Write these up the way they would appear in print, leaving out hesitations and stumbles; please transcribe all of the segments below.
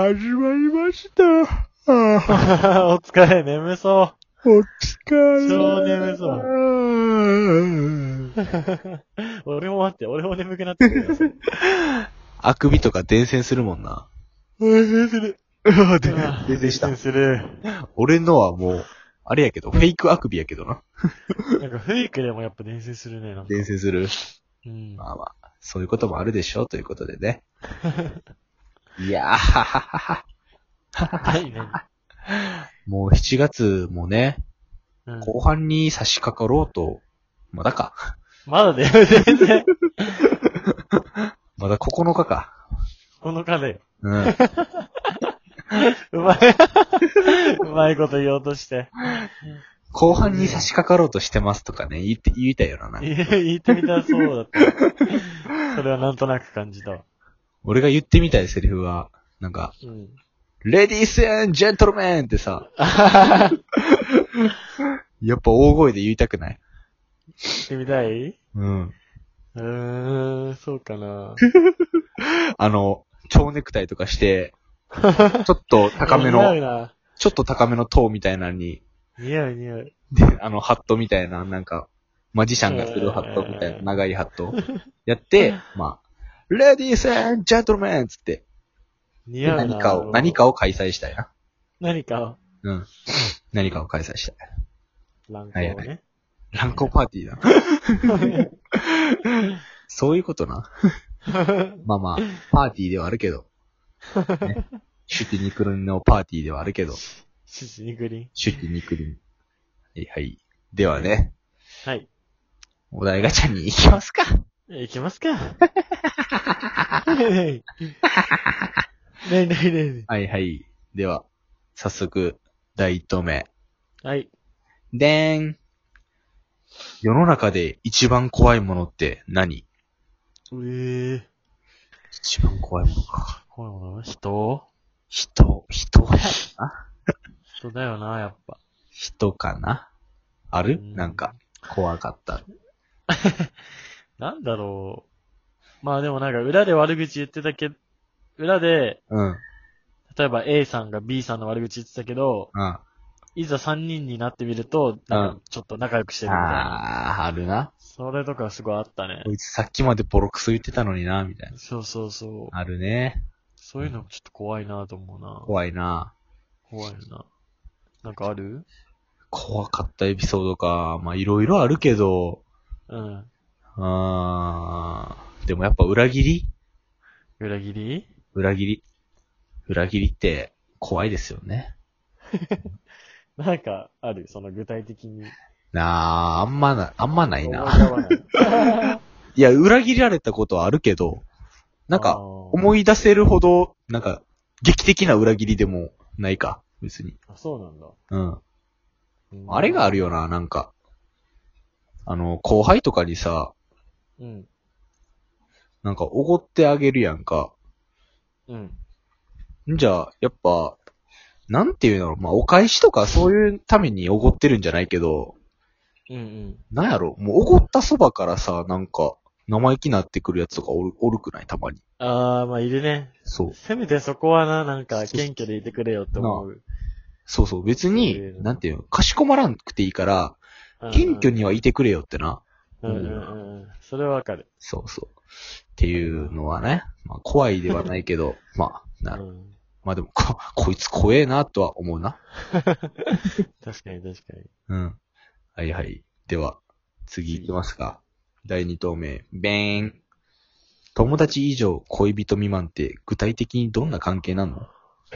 始まりました。 お疲れ、眠そお疲れ。 超眠そう。俺も待って、俺も眠くなってくるよ。 あくびとか伝染するもんな。 伝染する。 伝染した伝染する。 俺のはもう、あれやけど、フェイクあくびやけどな。 なんかフェイクでもやっぱ伝染するね。なんか伝染する。 うん。 まあまあ、そういうこともあるでしょうということでね。いやー、はははは。 何もう7月もね、 うん、 後半に差し掛かろうと、まだか。 まだだよ、全然。 まだ9日か。 この課で。 うん。 うまいこと言おうとして。 後半に差し掛かろうとしてますとかね、言いたいよな。 言ってみたらそうだった。それはなんとなく感じたわ。 俺が言ってみたいセリフは、なんか、 うん。 レディース&ジェントルメンってさ、やっぱ大声で言いたくない？ 言ってみたい？ うん。 そうかな。 蝶ネクタイとかして、ちょっと高めの、 似合うな。 ちょっと高めの塔みたいなのに、 似合う似合う。 で、ハットみたいな、なんか、マジシャンがするハットみたいな、長いハットやって、まあ、レディース&ジェントルメンつって、 似合うな。 何かを開催したいな。 何かをうん。何かを開催したい。 乱行ね。 はいはい。乱行パーティーだ。そういうことな。まあまあ、パーティーではあるけど。ね、シュティニクルンのパーティーではあるけど。 シュティニクリン。 シュティニクルン。はいはい。ではね。 はい。 お題ガチャに行きますか。 行きますか。ねえ。 はいはい。では、早速、第一投目。 はい。 でーん。世の中で一番怖いものって何？一番怖いものか。 怖いもの？人だよな、やっぱ。 人かな？ある？なんか、怖かった。 なんだろう。まあでもなんか裏で悪口言ってたけど、裏で、 うん。 例えば A さんが B さんの悪口言ってたけど、 うん。 いざ3人になってみると、なんかちょっと仲良くしてるみたいな。 あるな。 それとかすごいあったね。 こいつさっきまでボロクソ言ってたのにな、みたいな。 そう。 あるね。 そういうのちょっと怖いなと思うな。 怖いな。 怖いな。なんかある？ 怖かったエピソードか。まあ、いろいろあるけど、 うん。 でもやっぱ裏切り裏切りって怖いですよね。 なんかある？その具体的に。 あんまないな。 思い浮かばない。 いや、裏切られたことはあるけど、なんか、思い出せるほど、なんか、劇的な裏切りでもないか、別に。 あ、そうなんだ。 うん。あれがあるよな、なんか。後輩とかにさ、 うん。 なんか、おごってあげるやんか。 うん。 んじゃあ、やっぱ、なんていうの、まあ、お返しとかそういうためにおごってるんじゃないけど、なんやろ、もうおごったそばからさ、なんか、生意気なってくるやつとかおるくないたまに。 まあいるね。 そう。 せめてそこはな、なんか、謙虚でいてくれよって思う。 そう、別に、なんていうの、かしこまらんくていいから、謙虚にはいてくれよってな。 それはわかる。 そう。っていうのはね、まあ怖いではないけど、まあ、まあでも、こいつ怖えなとは思うな。 確かに。 うん。はいはい。では、次行きますか。第2投目。べーん。友達以上恋人未満って具体的にどんな関係なの？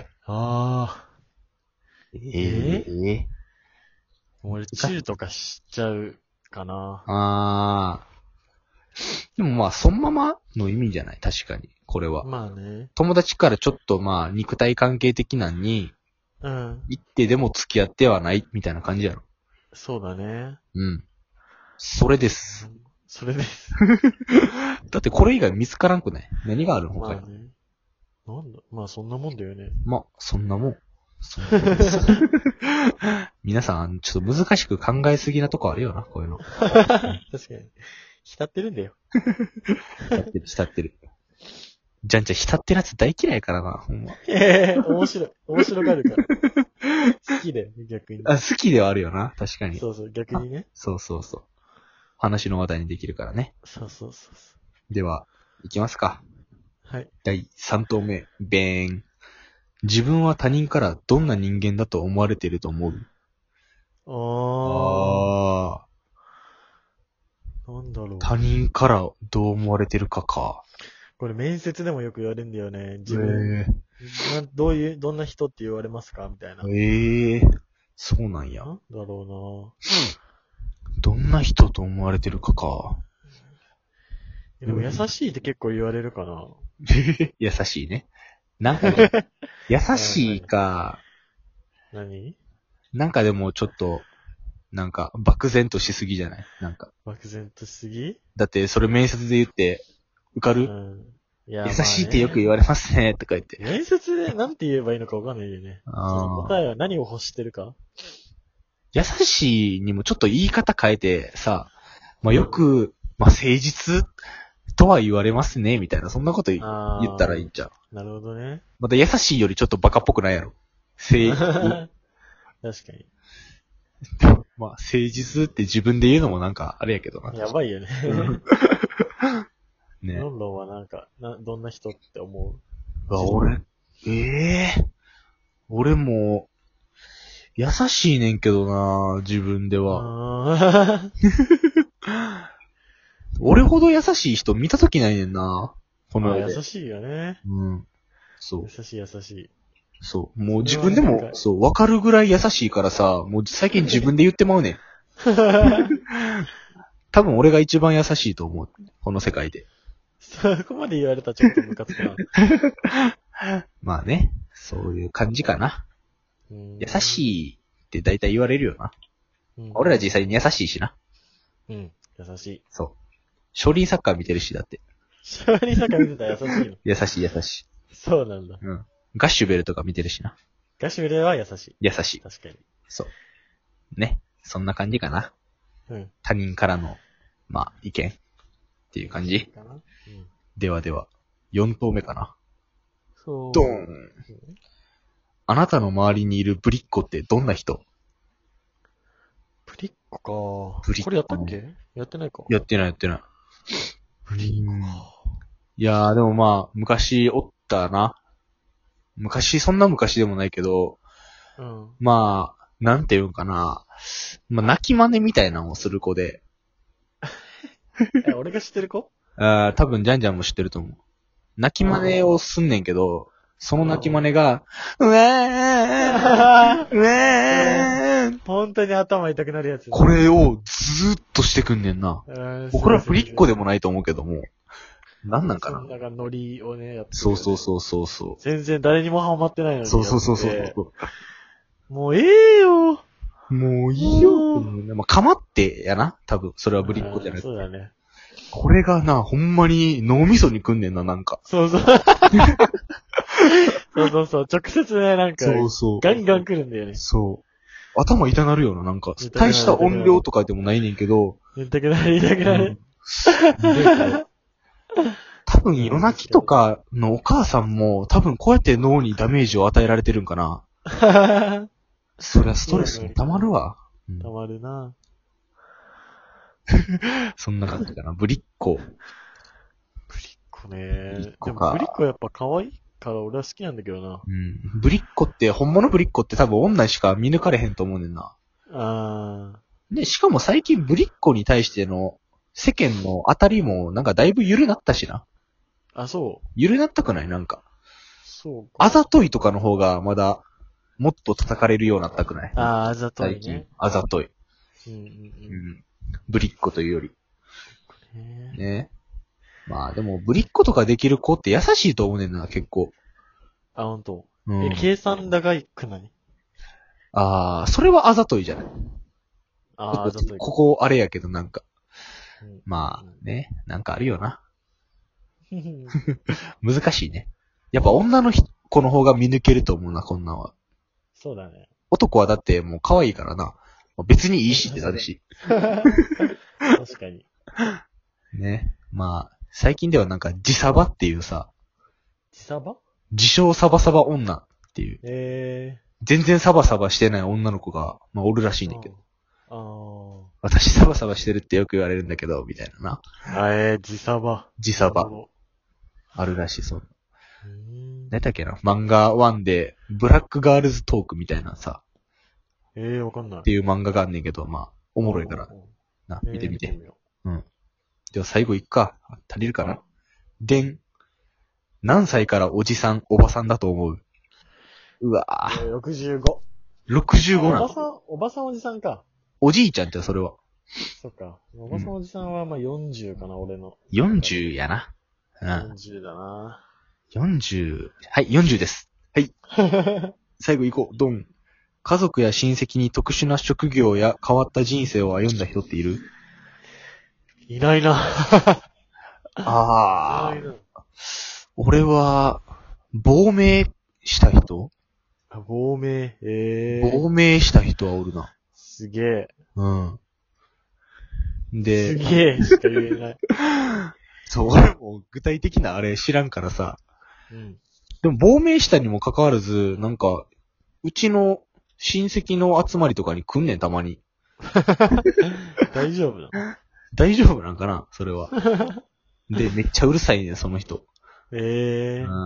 俺、チューとかしちゃうかな。 でもまあ、そのままの意味じゃない？確かに。これは。 まあね。 友達からちょっとまあ、肉体関係的なのに、行ってでも付き合ってはないみたいな感じやろ。 そうだね。 うん。それです。だってこれ以外見つからんくない？何があるの他に。 まあね。なんだまあそんなもんだよね。 まあ、そんなもん。皆さん、ちょっと難しく考えすぎなとこあるよな、こういうの。 確かに。浸ってるんだよ。 浸ってる。 じゃんじゃん浸ってるやつ大嫌いやからな、ほんま。 面白い。面白がるから。好きで、逆に。 あ、好きではあるよな、確かに。 そうそう、逆にね。 そうそうそう。話の話題にできるからね。 そうそうそうそでは、いきますか。 う。はい。 第3投目、べーん。自分は他人からどんな人間だと思われていると思う？ああ。 なんだろう。 他人からどう思われてるかか。 これ面接でもよく言われるんだよね。自分、どんな人って言われますかみたいな。 そうなんや。 なんだろどんな人と思われてるかか。 うな。でも優しいって結構言われるかな。 優しいね。なんかね、優しいか。 何なんかでもちょっと、なんか漠然としすぎじゃない？なんか。 漠然としすぎだってそれ面接で言って、受かる？ いや、 優しいってよく言われますね、とか言って。 面接でなんて言えばいいのかわかんないよね。その答えは何を欲してるか？ 優しいにもちょっと言い方変えてさ、まあよく、まあ誠実とは言われますね、みたいな、そんなこと言ったらいいんちゃう？ なるほどね。 また優しいよりちょっとバカっぽくないやろ。誠実。 確かに。 まあ誠実って自分で言うのもなんかあれやけどな。 やばいよね。 ね。 ロンドンはなんか、どんな人って思う？ 俺も、優しいねんけどな、自分では。俺ほど優しい人見たときないねんな。この世で。 優しいよね。 うん。そう。 優しい。 そう。もう自分でも、そう、わかるぐらい優しいからさ、もう最近自分で言ってまうねん。多分俺が一番優しいと思う。この世界で。 そこまで言われたらちょっとムカつくな。 まあね。そういう感じかな。優しいって大体言われるよな。俺ら実際に優しいしな。 優しい。 そう。少林サッカー見てるし、だって。 少林サッカー見てたら優しいの？ 優しい。 そうなんだ。 ガッシュベルとか見てるしな。 ガシュベルは優しい。 優しい。 確かに。 そう。ね。そんな感じかな。他人からの、まあ、意見っていう感じ。では、4投目かな。ドーン。あなたの周りにいるぶりっ子ってどんな人？ ぶりっ子か。 ぶりっ子これやったっけ？やってないか。 やってない。 ぶりっ子か。 いやー、でもまあ、昔おったな。そんな昔でもないけど、まあ、なんていうんかな。まあ、泣き真似みたいなのをする子で。 俺が知ってる子？ 多分ジャンジャンも知ってると思う。泣き真似をすんねんけど、その泣き真似が、 本当に頭痛くなるやつ。 これをずーっとしてくんねんな。僕らぶりっ子でもないと思うけども。なんなんかな。 なんかノリをね、やってそう。 全然誰にもハマってないのに。 そう。 もうよ。 もういいよ。まあ、かまってやな。多分、それはぶりっ子じゃなくて。 そうだね。 これがな、ほんまに脳みそにくんねんな、なんか。 そう。直接ね、なんか、ガンガン来るんだよね。 そう。頭痛なるよな、なんか。大した音量とかでもないねんけど。 言いたくなる。 多分、夜泣きとかのお母さんも、多分こうやって脳にダメージを与えられてるんかな。そりゃストレスも溜まるわ。 溜まるな。 そんな感じかな。ぶりっ子。 ぶりっ子ね。でもぶりっ子やっぱ可愛いから俺は好きなんだけどな。 ぶりっ子って、本物ぶりっ子って多分女しか見抜かれへんと思うねんな。で、しかも最近ぶりっ子に対しての世間の当たりもなんかだいぶ緩なったしな。 そう。 緩なったくない？なんか。 そうか。 あざといとかの方がまだもっと叩かれるようになったくない？ あざといね。 最近。あざとい。ぶりっ子というより。ね。まあでも、ぶりっ子とかできる子って優しいと思うねんな、結構。 ほんと。計算高くない？ それはあざといじゃない。 あざとい。 ここあれやけどなんか。まあね、なんかあるよな。難しいね。やっぱ女の子の方が見抜けると思うな、こんなんは。 そうだね。 男はだってもう可愛いからな。別にいいしってなるし。 確かに。 ね。まあ、最近ではなんか自サバっていうさ、 自サバ自称サバサバ女っていう。全然サバサバしてない女の子が、まあ、おるらしいねんけど。私サバサバしてるってよく言われるんだけど、みたいなな。自サバ。 自サバ。あるらしい、そう。何だっけな漫画1で、ブラックガールズトークみたいなさ。 わかんない。 っていう漫画があんねんけど、まあ、おもろいから。な、見てみて。うん。では最後いっか。足りるかなでん。何歳からおじさん、おばさんだと思う？うわぁ。 65。 65なの？ おばさんおじさんか。 おじいちゃんってそれは。 そっか。おばさんおじさんはまあ40かな、俺の。 40やな。 うん。40だな。 40。はい、40です。はい。最後行こう。ドン。家族や親戚に特殊な職業や変わった人生を歩んだ人っている？ いないな。 ああ。俺は、亡命した人？ 亡命。 亡命した人はおるな。 すげえ。 うん。で、 すげえしか言えない。 そう、俺も具体的なあれ知らんからさ。うん。でも亡命したにもかかわらず、なんか、うちの親戚の集まりとかに来んねん、たまに。 大丈夫な？ 大丈夫なんかなそれは。で、めっちゃうるさいねん、その人。うん。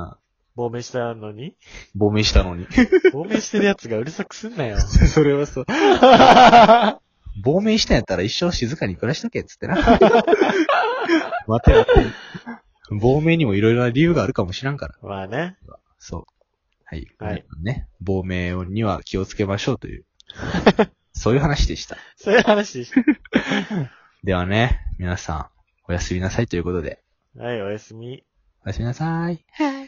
亡命したのに亡命したのに。 亡命してるやつがうるさくすんなよ。 それはそう。亡命したんやったら一生静かに暮らしとけ、つってな。待て待て。亡命にもいろいろな理由があるかもしらんから。 まあね。 そう。はい。はい。ね。亡命には気をつけましょうという。そういう話でした。 そういう話でした。 ではね、皆さん、おやすみなさいということで。 はい、おやすみ。 おやすみなさい。はい。